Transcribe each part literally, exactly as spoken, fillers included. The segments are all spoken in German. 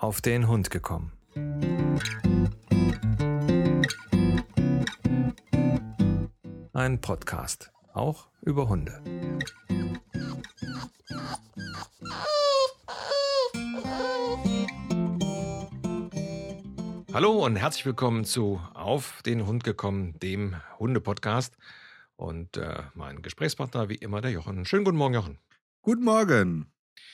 Auf den Hund gekommen. Ein Podcast, auch über Hunde. Hallo und herzlich willkommen zu Auf den Hund gekommen, dem Hunde-Podcast. Und äh, mein Gesprächspartner wie immer der Jochen. Schönen guten Morgen, Jochen. Guten Morgen.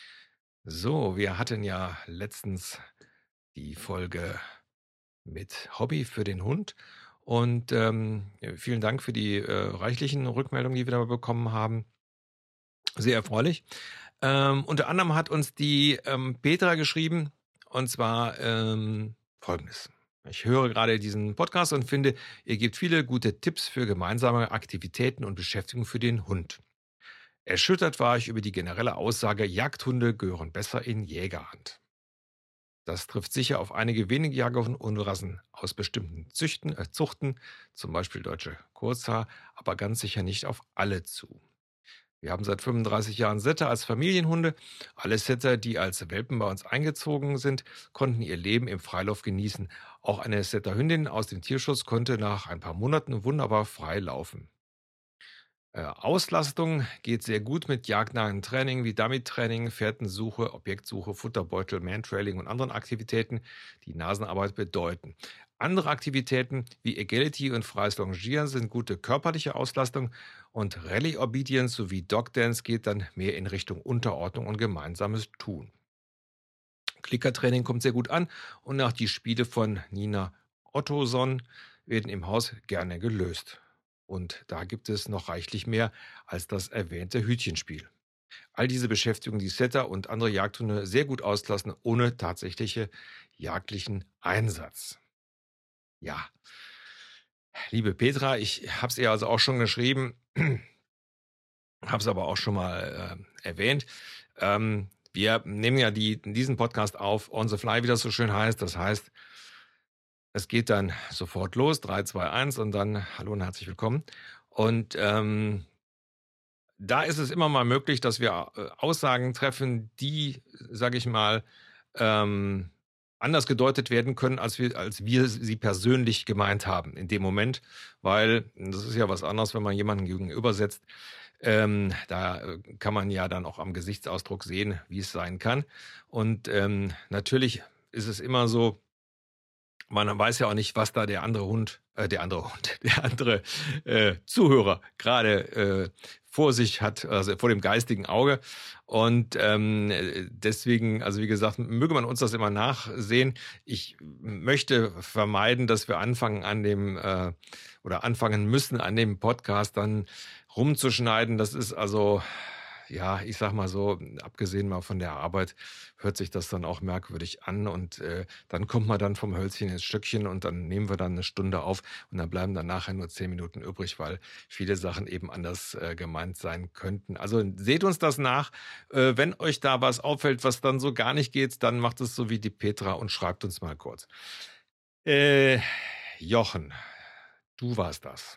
So, wir hatten ja letztens die Folge mit Hobby für den Hund. Und ähm, vielen Dank für die äh, reichlichen Rückmeldungen, die wir da bekommen haben. Sehr erfreulich. Ähm, unter anderem hat uns die ähm, Petra geschrieben, und zwar ähm, Folgendes. Ich höre gerade diesen Podcast und finde, ihr gebt viele gute Tipps für gemeinsame Aktivitäten und Beschäftigung für den Hund. Erschüttert war ich über die generelle Aussage, Jagdhunde gehören besser in Jägerhand. Das trifft sicher auf einige wenige Jagdhundrassen aus bestimmten Züchten, äh, Zuchten, zum Beispiel deutsche Kurzhaar, aber ganz sicher nicht auf alle zu. Wir haben seit fünfunddreißig Jahren Setter als Familienhunde. Alle Setter, die als Welpen bei uns eingezogen sind, konnten ihr Leben im Freilauf genießen. Auch eine Setterhündin aus dem Tierschutz konnte nach ein paar Monaten wunderbar frei laufen. Äh, Auslastung geht sehr gut mit jagdnahen Training wie Dummy-Training, Fährtensuche, Objektsuche, Futterbeutel, Mantrailing und anderen Aktivitäten, die Nasenarbeit bedeuten. Andere Aktivitäten wie Agility und freies Longieren sind gute körperliche Auslastung und Rallye Obedience sowie Dogdance geht dann mehr in Richtung Unterordnung und gemeinsames Tun. Klickertraining kommt sehr gut an und auch die Spiele von Nina Ottosson werden im Haus gerne gelöst. Und da gibt es noch reichlich mehr als das erwähnte Hütchenspiel. All diese beschäftigen die Setter und andere Jagdhunde sehr gut auslassen, ohne tatsächliche jagdlichen Einsatz. Ja, liebe Petra, ich habe es ihr also auch schon geschrieben, habe es aber auch schon mal äh, erwähnt. Ähm, wir nehmen ja die, diesen Podcast auf on the fly, wie das so schön heißt. Das heißt, es geht dann sofort los, drei, zwei, eins und dann hallo und herzlich willkommen. Und ähm, da ist es immer mal möglich, dass wir äh, Aussagen treffen, die, sage ich mal, ähm, anders gedeutet werden können, als wir, als wir sie persönlich gemeint haben in dem Moment, weil das ist ja was anderes, wenn man jemanden gegenübersetzt. Ähm, da äh, kann man ja dann auch am Gesichtsausdruck sehen, wie es sein kann. Und ähm, natürlich ist es immer so, man weiß ja auch nicht, was da der andere Hund, äh, der andere Hund, der andere äh, Zuhörer gerade äh, vor sich hat, also vor dem geistigen Auge. Und ähm, deswegen, also wie gesagt, möge man uns das immer nachsehen. Ich möchte vermeiden, dass wir anfangen an dem äh, oder anfangen müssen, an dem Podcast dann rumzuschneiden. Das ist also, ja, ich sag mal so, abgesehen mal von der Arbeit, hört sich das dann auch merkwürdig an und äh, dann kommt man dann vom Hölzchen ins Stöckchen und dann nehmen wir dann eine Stunde auf und dann bleiben dann nachher nur zehn Minuten übrig, weil viele Sachen eben anders äh, gemeint sein könnten. Also seht uns das nach. Äh, wenn euch da was auffällt, was dann so gar nicht geht, dann macht es so wie die Petra und schreibt uns mal kurz. Äh, Jochen, du warst das.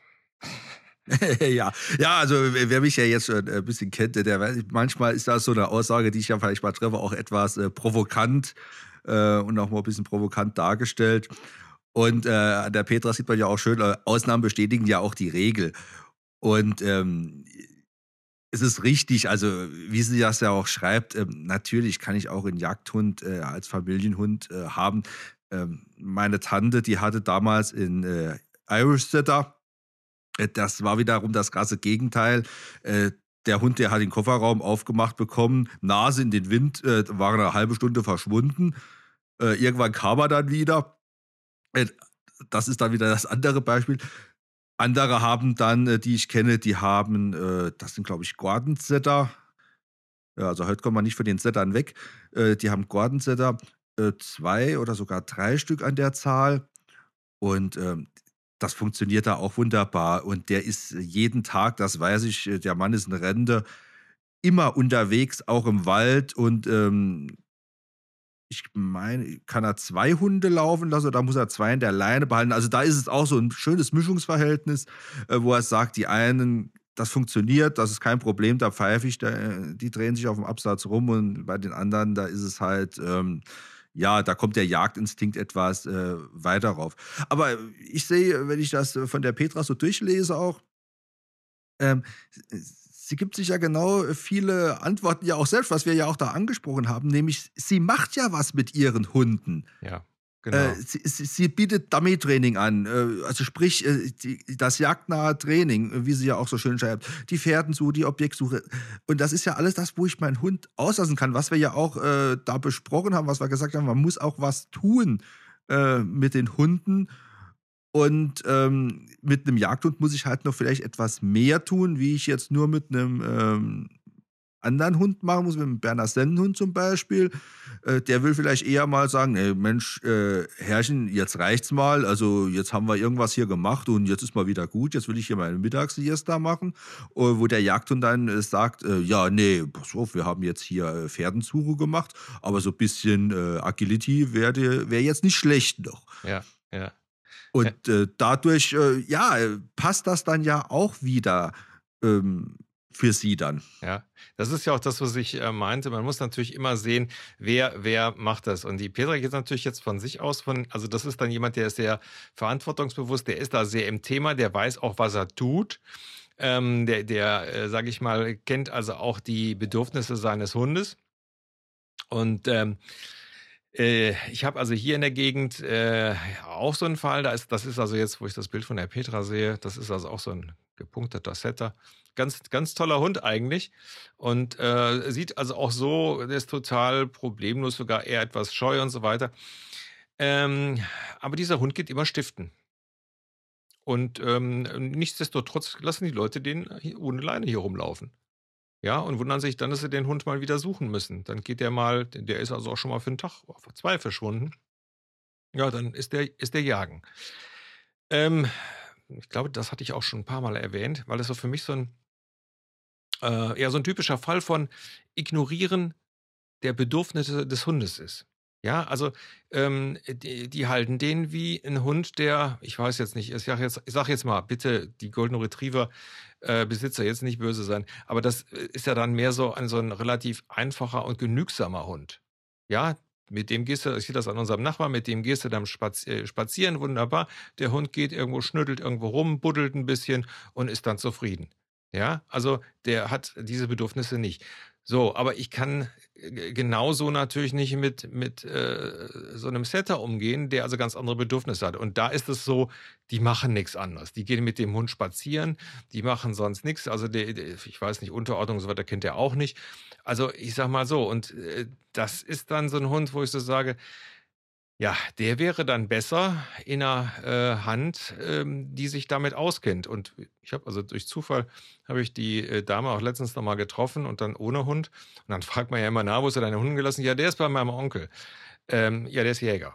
ja, ja, also wer mich ja jetzt schon ein bisschen kennt, der weiß, manchmal ist das so eine Aussage, die ich ja vielleicht mal treffe, auch etwas äh, provokant äh, und auch mal ein bisschen provokant dargestellt. Und äh, an der Petra sieht man ja auch schön, äh, Ausnahmen bestätigen ja auch die Regel. Und ähm, es ist richtig, also wie sie das ja auch schreibt, ähm, natürlich kann ich auch einen Jagdhund äh, als Familienhund äh, haben. Ähm, meine Tante, die hatte damals in äh, Irish Setter. Das war wiederum das krasse Gegenteil. Äh, der Hund, der hat den Kofferraum aufgemacht bekommen, Nase in den Wind, äh, war eine halbe Stunde verschwunden. Äh, irgendwann kam er dann wieder. Äh, das ist dann wieder das andere Beispiel. Andere haben dann, äh, die ich kenne, die haben, äh, das sind glaube ich Gordon Setter. Ja, also heute kommt man nicht von den Settern weg. Äh, die haben Gordon Setter, äh, zwei oder sogar drei Stück an der Zahl. Und ähm, das funktioniert da auch wunderbar. Und der ist jeden Tag, das weiß ich, äh, der Mann ist in Rente, immer unterwegs, auch im Wald. Und ähm, ich meine, kann er zwei Hunde laufen lassen oder muss er zwei in der Leine behalten? Also da ist es auch so ein schönes Mischungsverhältnis, äh, wo er sagt, die einen, das funktioniert, das ist kein Problem, da pfeife ich, da, äh, die drehen sich auf dem Absatz rum und bei den anderen, da ist es halt, ähm, ja, da kommt der Jagdinstinkt etwas äh, weiter rauf. Aber ich sehe, wenn ich das äh, von der Petra so durchlese auch, ähm, sie gibt sich ja genau viele Antworten ja auch selbst, was wir ja auch da angesprochen haben, nämlich sie macht ja was mit ihren Hunden. Ja, Äh, genau. sie sie sie bietet Dummy-Training an, äh, also sprich, äh, die das jagdnahe Training, äh, wie sie ja auch so schön schreibt, die Fährtensuche, die Objektsuche. Und das ist ja alles das, wo ich meinen Hund auslassen kann, was wir ja auch, äh, da besprochen haben, was wir gesagt haben, man muss auch was tun, äh, mit den Hunden. Und, ähm, mit 'nem Jagdhund muss ich halt noch vielleicht etwas mehr tun, wie ich jetzt nur mit 'nem, ähm, anderen Hund machen muss, mit 'nem Berner Sennenhund zum Beispiel. Äh, der will vielleicht eher mal sagen: „Ey, Mensch, äh, Herrchen, jetzt reicht's mal. Also, jetzt haben wir irgendwas hier gemacht und jetzt ist mal wieder gut. Jetzt will ich hier meine Mittagssiesta machen.“ Äh, wo der Jagdhund dann, äh, sagt: „Äh, ja, ne, pass auf, wir haben jetzt hier, äh, Fährtensuche gemacht, aber so bisschen, äh, Agility wäre wäre jetzt nicht schlecht noch.“ Ja, ja. Äh, Und, äh, dadurch, äh, ja, äh, passt das dann ja auch wieder, ähm, für sie dann. Ja, das ist ja auch das, was ich, äh, meinte. Man muss natürlich immer sehen, wer wer macht das. Und die Petra geht natürlich jetzt von sich aus von also, das ist dann jemand, der ist sehr verantwortungsbewusst, der ist da sehr im Thema, der weiß auch, was er tut. Ähm, der der, äh, sage ich mal, kennt also auch die Bedürfnisse seines Hundes. Und, ähm, äh, ich habe also hier in der Gegend, äh, auch so einen Fall, da ist das ist also jetzt, wo ich das Bild von der Petra sehe, das ist also auch so ein gepunkteter Setter. Ganz ganz toller Hund eigentlich und, äh, sieht also auch so der ist total problemlos, sogar eher etwas scheu und so weiter. Ähm, aber dieser Hund geht immer stiften und, ähm, nichtsdestotrotz lassen die Leute den hi ohne Leine hier rumlaufen. Ja, und wundern sich dann, dass sie den Hund mal wieder suchen müssen. Dann geht der mal der ist also auch schon mal für 'n Tag, für zwei verschwunden. Ja, dann ist der ist der jagen. Ähm, ich glaube, das hatte ich auch schon 'n paar Mal erwähnt, weil das so für mich so 'n äh, ja, so 'n typischer Fall von Ignorieren der Bedürfnisse des Hundes ist. Ja, also, ähm, die die halten den wie 'n Hund, der ich weiß jetzt nicht, ich sage jetzt ich sage jetzt mal, bitte die Golden Retriever, äh, Besitzer jetzt nicht böse sein, aber das, äh, ist ja dann mehr so ein so 'n relativ einfacher und genügsamer Hund. Ja, mit dem gehst du ich sehe das an unserem Nachbarn, mit dem gehst du dann spaz äh, spazieren, wunderbar. Der Hund geht irgendwo, schnüttelt irgendwo rum, buddelt 'n bisschen und ist dann zufrieden. Ja, also, der hat diese Bedürfnisse nicht. So, aber ich kann G genauso natürlich nicht mit mit, äh, so 'nem Setter umgehen, der also ganz andere Bedürfnisse hat. Und da ist es so, die machen nix anderes. Die gehen mit dem Hund spazieren, die machen sonst nix. Also, de de ich weiß nicht, Unterordnung und so weiter kennt er auch nicht. Also, ich sage mal so und, äh, das ist dann so 'n Hund, wo ich so sage: ja, der wäre dann besser in 'ner, äh, Hand, ähm, die sich damit auskennt. Und ich habe also durch Zufall habe ich die, äh, Dame auch letztens noch mal getroffen und dann ohne Hund. Und dann fragt man ja immer nach: „Wo hast du deine Hunde gelassen?“ „Ja, der ist bei meinem Onkel.“ Ähm, ja, der ist Jäger.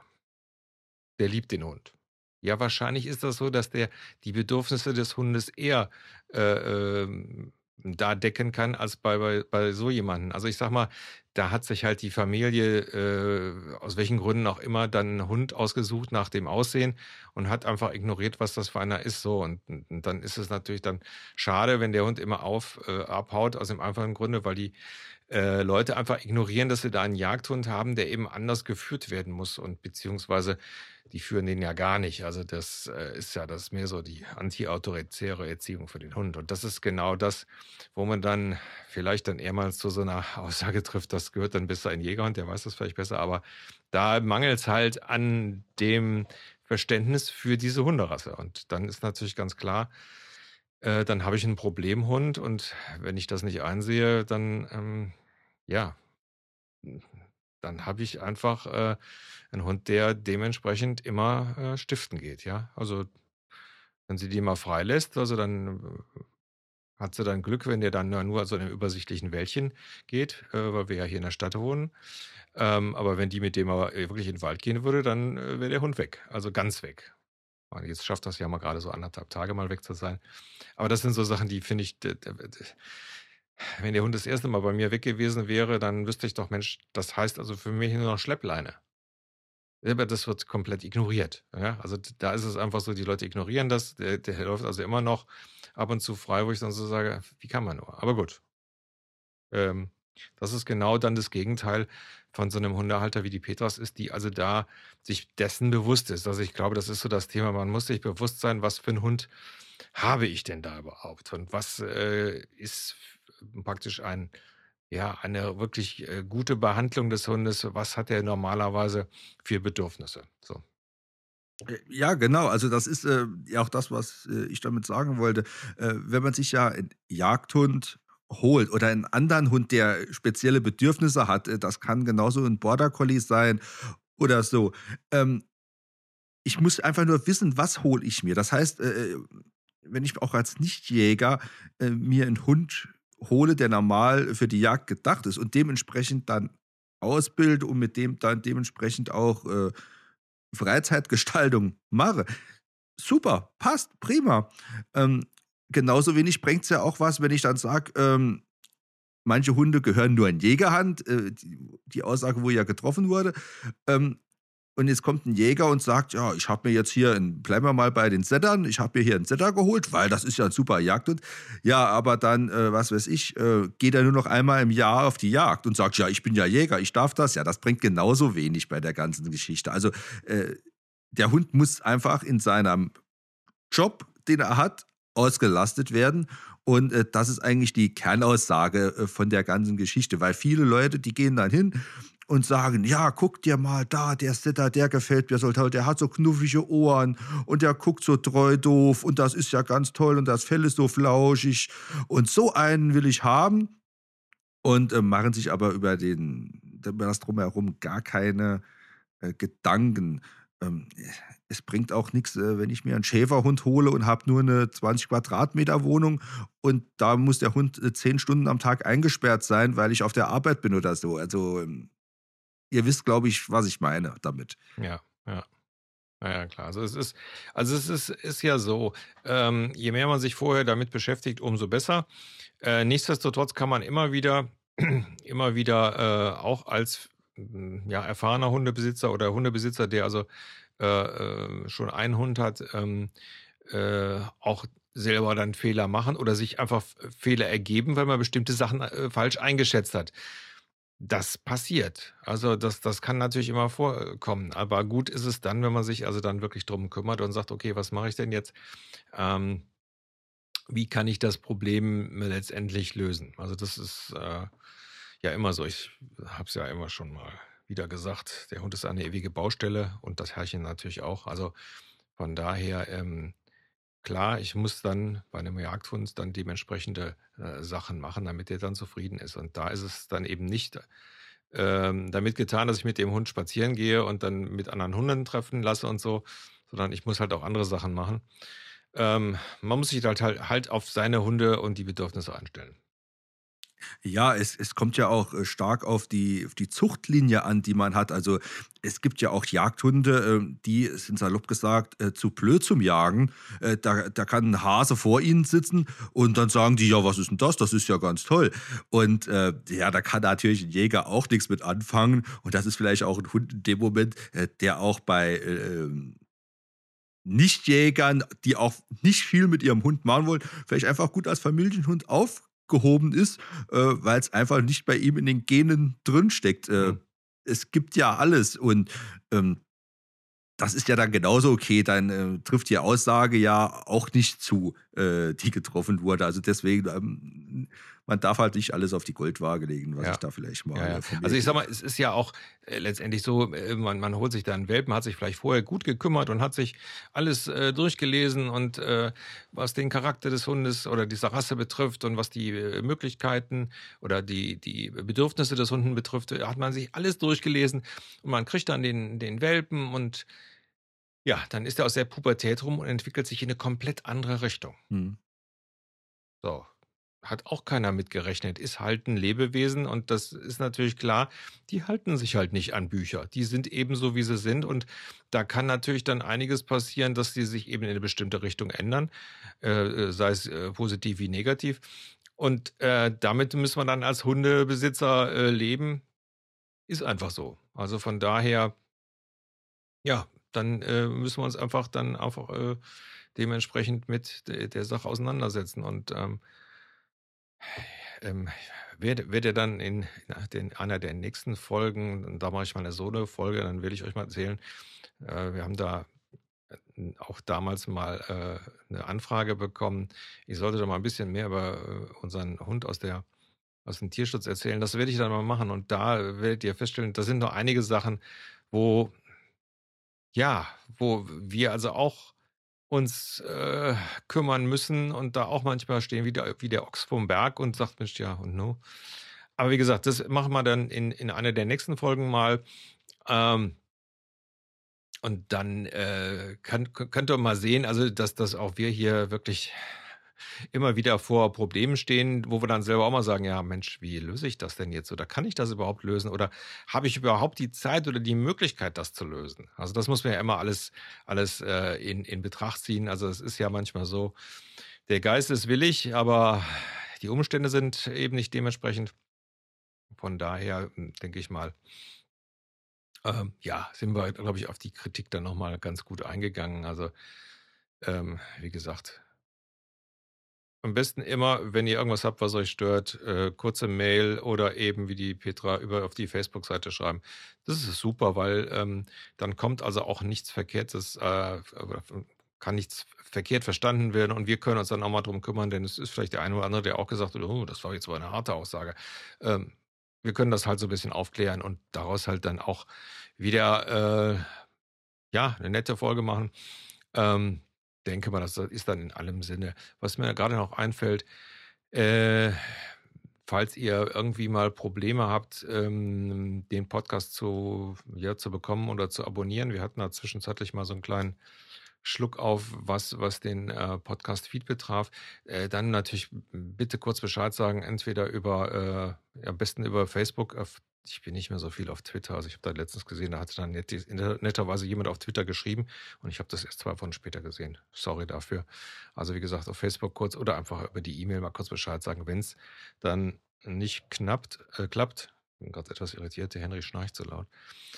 Der liebt den Hund. Ja, wahrscheinlich ist das so, dass der die Bedürfnisse des Hundes eher, äh, ähm, da decken kann als bei bei bei so jemanden. Also, ich sage mal, da hat sich halt die Familie, äh, aus welchen Gründen auch immer, dann 'n Hund ausgesucht nach dem Aussehen und hat einfach ignoriert, was das für einer ist, so. Und und und dann ist es natürlich dann schade, wenn der Hund immer auf äh, abhaut aus dem einfachen Grunde, weil die, äh, Leute einfach ignorieren, dass sie da einen Jagdhund haben, der eben anders geführt werden muss und beziehungsweise die führen den ja gar nicht. Also, das, äh, ist ja das ist mehr so die antiautoritäre Erziehung für den Hund. Und das ist genau das, wo man dann vielleicht dann eher mal zu so 'ner Aussage trifft, das gehört dann besser ein Jägerhund, der weiß das vielleicht besser, aber da mangelt's halt an dem Verständnis für diese Hunderasse. Und dann ist natürlich ganz klar, äh, dann habe ich 'n Problemhund und wenn ich das nicht einsehe, dann, ähm, ja, hm, dann habe ich einfach, äh, 'n Hund, der dementsprechend immer, äh, stiften geht, ja? Also, wenn sie die mal freilässt, also, dann äh, hat sie dann Glück, wenn der dann da nur so in 'nem übersichtlichen Wäldchen geht, äh, weil wir ja hier in der Stadt wohnen. Ähm, aber wenn die mit dem aber, äh, wirklich in den Wald gehen würde, dann, äh, wäre der Hund weg, also, ganz weg. Und jetzt schafft das ja mal grade so anderthalb Tage mal weg zu sein. Aber das sind so Sachen, die finde ich, d d d wenn der Hund das erste Mal bei mir weg gewesen wäre, dann wüsste ich doch: „Mensch, das heißt also für mich nur noch Schleppleine.“ Ja, aber das wird komplett ignoriert, ja? Also, d da ist es einfach so, die Leute ignorieren das. Der der läuft also immer noch ab und zu frei, wo ich dann so sage: „Wie kann man nur?“ Aber gut. Ähm Das ist genau dann das Gegenteil von so einem Hundehalter wie die Petras ist, die also da sich dessen bewusst ist. Also, ich glaube, das ist so das Thema, man muss sich bewusst sein, was für 'n Hund habe ich denn da überhaupt und was, äh, ist f praktisch ein ja, eine wirklich, äh, gute Behandlung des Hundes. Was hat er normalerweise für Bedürfnisse? So. Äh, ja, genau. Also das ist, äh, ja auch das, was, äh, ich damit sagen wollte. Äh, wenn man sich ja 'n Jagdhund holt oder einen anderen Hund, der spezielle Bedürfnisse hat, äh, das kann genauso ein Border Collie sein oder so. Ähm, ich muss einfach nur wissen, was hole ich mir? Das heißt, äh, äh, wenn ich auch als Nichtjäger, äh, mir einen Hund hole, der normal für die Jagd gedacht ist und dementsprechend dann ausbilde und mit dem dann dementsprechend auch, äh, Freizeitgestaltung mache. Super, passt, prima. Ähm, genauso wenig bringt's ja auch was, wenn ich dann sage, ähm, manche Hunde gehören nur in Jägerhand, äh, die die Aussage, wo ja getroffen wurde. Ähm, und jetzt kommt ein Jäger und sagt: „Ja, ich habe mir jetzt hier 'n bleiben wir mal bei den Settern. Ich habe mir hier einen Setter geholt, weil das ist ja ein super Jagdhund.“ Ja, aber dann, äh, was weiß ich, äh, geht er nur noch einmal im Jahr auf die Jagd und sagt: „Ja, ich bin ja Jäger, ich darf das.“ Ja, das bringt genauso wenig bei der ganzen Geschichte. Also, äh, der Hund muss einfach in seinem Job, den er hat, ausgelastet werden. Und, äh, das ist eigentlich die Kernaussage, äh, von der ganzen Geschichte, weil viele Leute, die gehen dann hin und sagen: „Ja, guck dir mal da, der Sitter, der gefällt mir so toll, der hat so knuffige Ohren und der guckt so treu doof und das ist ja ganz toll und das Fell ist so flauschig und so einen will ich haben.“ Und, äh, machen sich aber über den über das Drumherum gar keine äh, Gedanken. Ähm, es bringt auch nichts, äh, wenn ich mir einen Schäferhund hole und habe nur eine zwanzig Quadratmeter Wohnung und da muss der Hund, äh, zehn Stunden am Tag eingesperrt sein, weil ich auf der Arbeit bin oder so. Also, ähm, ihr wisst, glaube ich, was ich meine damit. Ja, ja. Ja, ja, klar. Also, es ist also, es ist ist ja so, ähm, je mehr man sich vorher damit beschäftigt, umso besser. Äh, nichtsdestotrotz kann man immer wieder immer wieder, äh, auch als, hm, ja, erfahrener Hundebesitzer oder Hundebesitzer, der also, äh, äh, schon einen Hund hat, ähm, äh, auch selber dann Fehler machen oder sich einfach F Fehler ergeben, weil man bestimmte Sachen, äh, falsch eingeschätzt hat. Das passiert. Also, das das kann natürlich immer vorkommen. Aber gut ist es dann, wenn man sich also dann wirklich drum kümmert und sagt: „Okay, was mache ich denn jetzt? Ähm, wie kann ich das Problem letztendlich lösen?“ Also, das ist, äh, ja immer so. Ich habe es ja immer schon mal wieder gesagt, der Hund ist eine ewige Baustelle und das Herrchen natürlich auch. Also, von daher, ähm, klar, ich muss dann bei einem Jagdhund dann dementsprechende, äh, Sachen machen, damit er dann zufrieden ist. Und da ist es dann eben nicht, ähm, damit getan, dass ich mit dem Hund spazieren gehe und dann mit anderen Hunden treffen lasse und so, sondern ich muss halt auch andere Sachen machen. Ähm, man muss sich halt halt halt auf seine Hunde und die Bedürfnisse einstellen. Ja, es es kommt ja auch, äh, stark auf die auf die Zuchtlinie an, die man hat. Also, es gibt ja auch Jagdhunde, ähm, die sind salopp gesagt, äh, zu blöd zum Jagen. Äh, da da kann 'n Hase vor ihnen sitzen und dann sagen die: „Ja, was ist 'n das? Das ist ja ganz toll.“ Und, äh, ja, da kann natürlich 'n Jäger auch nix mit anfangen und das ist vielleicht auch 'n Hund in dem Moment, äh, der auch bei, äh, ähm, Nichtjägern, die auch nicht viel mit ihrem Hund machen wollen, vielleicht einfach gut als Familienhund aufgehoben ist, äh, weil es einfach nicht bei ihm in den Genen drinsteckt. Äh, Mhm. es gibt ja alles und, ähm, das ist ja dann genauso okay, dann, äh, trifft die Aussage ja auch nicht zu, äh, die getroffen wurde. Also deswegen, ähm, man darf halt nicht alles auf die Goldwaage legen, was ich Ja. da vielleicht Ja, mal, ja. äh, von mir Also, ich sage gebe. mal, es ist ja auch, äh, letztendlich so, äh, man man holt sich da 'n Welpen, hat sich vielleicht vorher gut gekümmert und hat sich alles, äh, durchgelesen und, äh, was den Charakter des Hundes oder dieser Rasse betrifft und was die, äh, Möglichkeiten oder die die Bedürfnisse des Hunden betrifft, äh, hat man sich alles durchgelesen und man kriegt dann den den Welpen und ja, dann ist er aus der Pubertät rum und entwickelt sich in 'ne komplett andere Richtung. Mhm. So, hat auch keiner mit gerechnet. Ist halt 'n Lebewesen und das ist natürlich klar, die halten sich halt nicht an Bücher. Die sind eben so, wie sie sind und da kann natürlich dann einiges passieren, dass die sich eben in 'ne bestimmte Richtung ändern, äh, äh, sei es, äh, positiv wie negativ. Und, äh, damit müssen wir dann als Hundebesitzer, äh, leben. Ist einfach so. Also, von daher, ja, dann, äh, müssen wir uns einfach dann einfach, äh, dementsprechend mit de der Sache auseinandersetzen und, ähm ähm, werde werde dann in in den einer der nächsten Folgen, da mache ich mal 'ne Solo-Folge, dann werde ich euch mal erzählen, äh, wir haben da, äh, auch damals mal, äh, 'ne Anfrage bekommen. Ich sollte doch mal ein bisschen mehr über, äh, unseren Hund aus der aus dem Tierschutz erzählen. Das werde ich dann mal machen und da werdet ihr feststellen, da sind noch einige Sachen, wo ja, wo wir also auch uns, äh, kümmern müssen und da auch manchmal stehen wie der wie der Ochs vorm Berg und sagt: „Mensch, ja und nu?“ Aber wie gesagt, das machen wir dann in in einer der nächsten Folgen mal. Ähm, und dann, äh, kann könnt ihr mal sehen, also, dass dass auch wir hier wirklich immer wieder vor Problemen stehen, wo wir dann selber auch mal sagen: „Ja, Mensch, wie löse ich das denn jetzt oder kann ich das überhaupt lösen oder habe ich überhaupt die Zeit oder die Möglichkeit, das zu lösen?“ Also, das muss man ja immer alles alles, äh, in in Betracht ziehen. Also, es ist ja manchmal so, der Geist ist willig, aber die Umstände sind eben nicht dementsprechend. Von daher, hm, denke ich mal, ähm, ja, sind wir, glaube ich, auf die Kritik dann noch mal ganz gut eingegangen. Also, ähm, wie gesagt, am besten immer, wenn ihr irgendwas habt, was euch stört, äh, kurze Mail oder eben wie die Petra über auf die Facebook-Seite schreiben. Das ist super, weil, ähm, dann kommt also auch nichts Verkehrtes, äh, oder kann nichts verkehrt verstanden werden und wir können uns dann auch mal drum kümmern, denn es ist vielleicht der eine oder andere, der auch gesagt hat: „Oh, das war jetzt aber eine harte Aussage.“ Ähm, wir können das halt so ein bisschen aufklären und daraus halt dann auch wieder, äh, ja, eine nette Folge machen. Ähm, denke mal, das ist dann in allem Sinne. Was mir gerade noch einfällt, äh, falls ihr irgendwie mal Probleme habt, ähm, den Podcast zu ja, zu bekommen oder zu abonnieren. Wir hatten da zwischenzeitlich mal so einen kleinen Schluck auf, was was den, äh, Podcast-Feed betraf. Äh, dann natürlich bitte kurz Bescheid sagen, entweder über, äh am besten über Facebook. Auf Ich bin nicht mehr so viel auf Twitter. Also, ich habe da letztens gesehen, da hatte dann nett netterweise jemand auf Twitter geschrieben und ich habe das erst zwei Wochen später gesehen. Sorry dafür. Also, wie gesagt, auf Facebook kurz oder einfach über die E-Mail mal kurz Bescheid sagen, wenn's dann nicht knappt äh, klappt. Bin grad etwas irritiert, der Henry schnarcht so laut.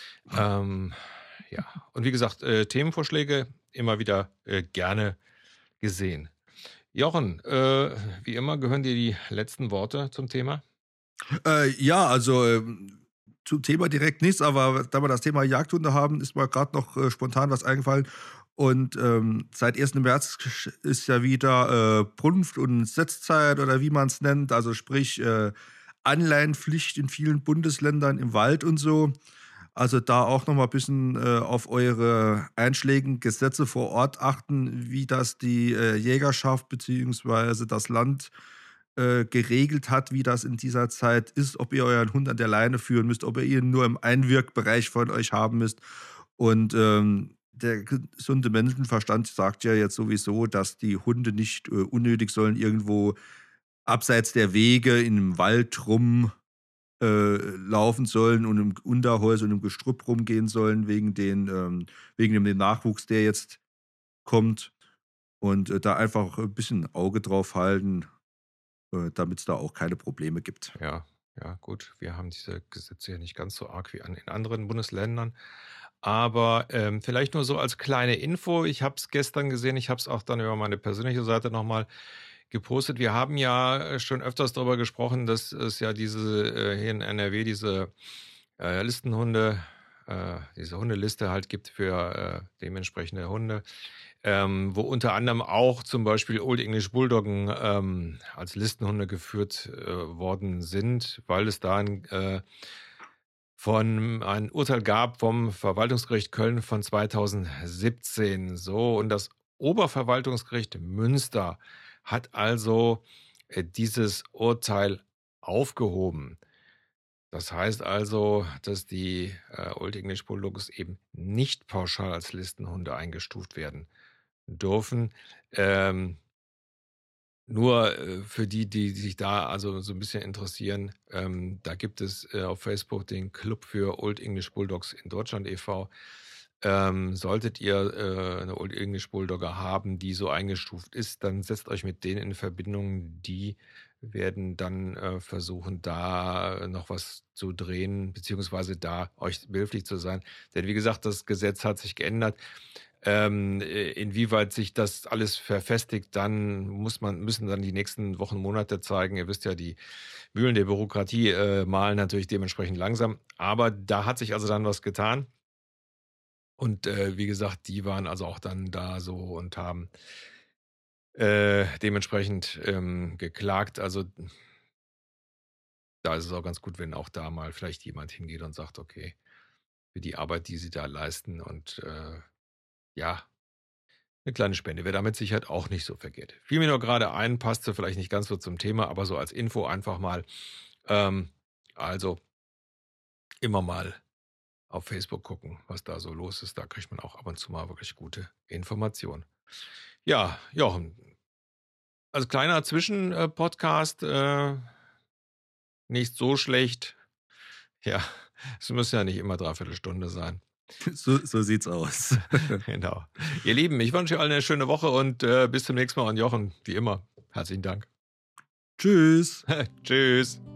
Ähm, ja, und wie gesagt, äh, Themenvorschläge immer wieder, äh, gerne gesehen. Jochen, äh, wie immer gehören dir die letzten Worte zum Thema. Äh, ja, also, ähm, zum Thema direkt nichts, aber da wir das Thema Jagdhunde haben, ist mir gerade noch, äh, spontan was eingefallen. Und, ähm, seit ersten März sch ist ja wieder, äh, Brunft und Setzzeit oder wie man es nennt, also sprich, äh, Anleihenpflicht in vielen Bundesländern im Wald und so. Also, da auch noch mal bisschen, äh, auf eure einschlägigen Gesetze vor Ort achten, wie das die, äh, Jägerschaft beziehungsweise das Land, äh, geregelt hat, wie das in dieser Zeit ist, ob ihr euren Hund an der Leine führen müsst, ob ihr ihn nur im Einwirkbereich von euch haben müsst. Und, ähm, der gesunde Menschenverstand sagt ja jetzt sowieso, dass die Hunde nicht, äh, unnötig sollen irgendwo abseits der Wege in 'nem Wald rum äh, laufen sollen und im Unterholz und im Gestrüpp rumgehen sollen wegen den ähm, wegen dem Nachwuchs, der jetzt kommt. Und, äh, da einfach ein bisschen Auge drauf halten, äh, damit es da auch keine Probleme gibt. Ja, ja, gut. Wir haben diese Gesetze ja nicht ganz so arg wie an in anderen Bundesländern. Aber, ähm, vielleicht nur so als kleine Info. Ich habe es gestern gesehen, ich habe es auch dann über meine persönliche Seite noch mal gepostet. Wir haben ja, äh, schon öfters darüber gesprochen, dass es ja diese, äh, hier in N R W diese, äh, Listenhunde äh, diese Hundeliste halt gibt für, äh, dementsprechende Hunde, ähm, wo unter anderem auch zum Beispiel Old English Bulldoggen, ähm, als Listenhunde geführt, äh, worden sind, weil es da 'n, äh von ein Urteil gab vom Verwaltungsgericht Köln von zweitausendsiebzehn. So, und das Oberverwaltungsgericht Münster hat also, äh, dieses Urteil aufgehoben. Das heißt also, dass die, äh, Old English Bulldogs eben nicht pauschal als Listenhunde eingestuft werden dürfen. Ähm nur, äh, für die, die sich da also so ein bisschen interessieren, ähm, da gibt es, äh, auf Facebook den Club für Old English Bulldogs in Deutschland e V. Ähm, solltet ihr, äh, 'ne Old English Bulldogger haben, die so eingestuft ist, dann setzt euch mit denen in Verbindung. Die werden dann, äh, versuchen, da noch was zu drehen, beziehungsweise da euch behilflich zu sein. Denn wie gesagt, das Gesetz hat sich geändert. Ähm, äh, inwieweit sich das alles verfestigt, dann muss man müssen dann die nächsten Wochen, Monate zeigen. Ihr wisst ja, die Mühlen der Bürokratie, äh, mahlen natürlich dementsprechend langsam. Aber da hat sich also dann was getan. Und, äh, wie gesagt, die waren also auch dann da so und haben, äh, dementsprechend, ähm, geklagt. Also da ist es auch ganz gut, wenn auch da mal vielleicht jemand hingeht und sagt: „Okay, für die Arbeit, die sie da leisten und, äh, ja, eine kleine Spende wäre da mit Sicherheit auch nicht so verkehrt.“ Fiel mir nur gerade ein, passte vielleicht nicht ganz so zum Thema, aber so als Info einfach mal. Ähm, also immer mal auf Facebook gucken, was da so los ist. Da kriegt man auch ab und zu mal wirklich gute Informationen. Ja, Jochen, also kleiner Zwischen äh, Podcast, äh, nicht so schlecht. Ja, es muss ja nicht immer dreiviertel Stunde sein. So, so sieht's aus. Genau. Ihr Lieben, ich wünsche euch allen eine schöne Woche und, äh, bis zum nächsten Mal. Und Jochen, wie immer, herzlichen Dank. Tschüss. Tschüss.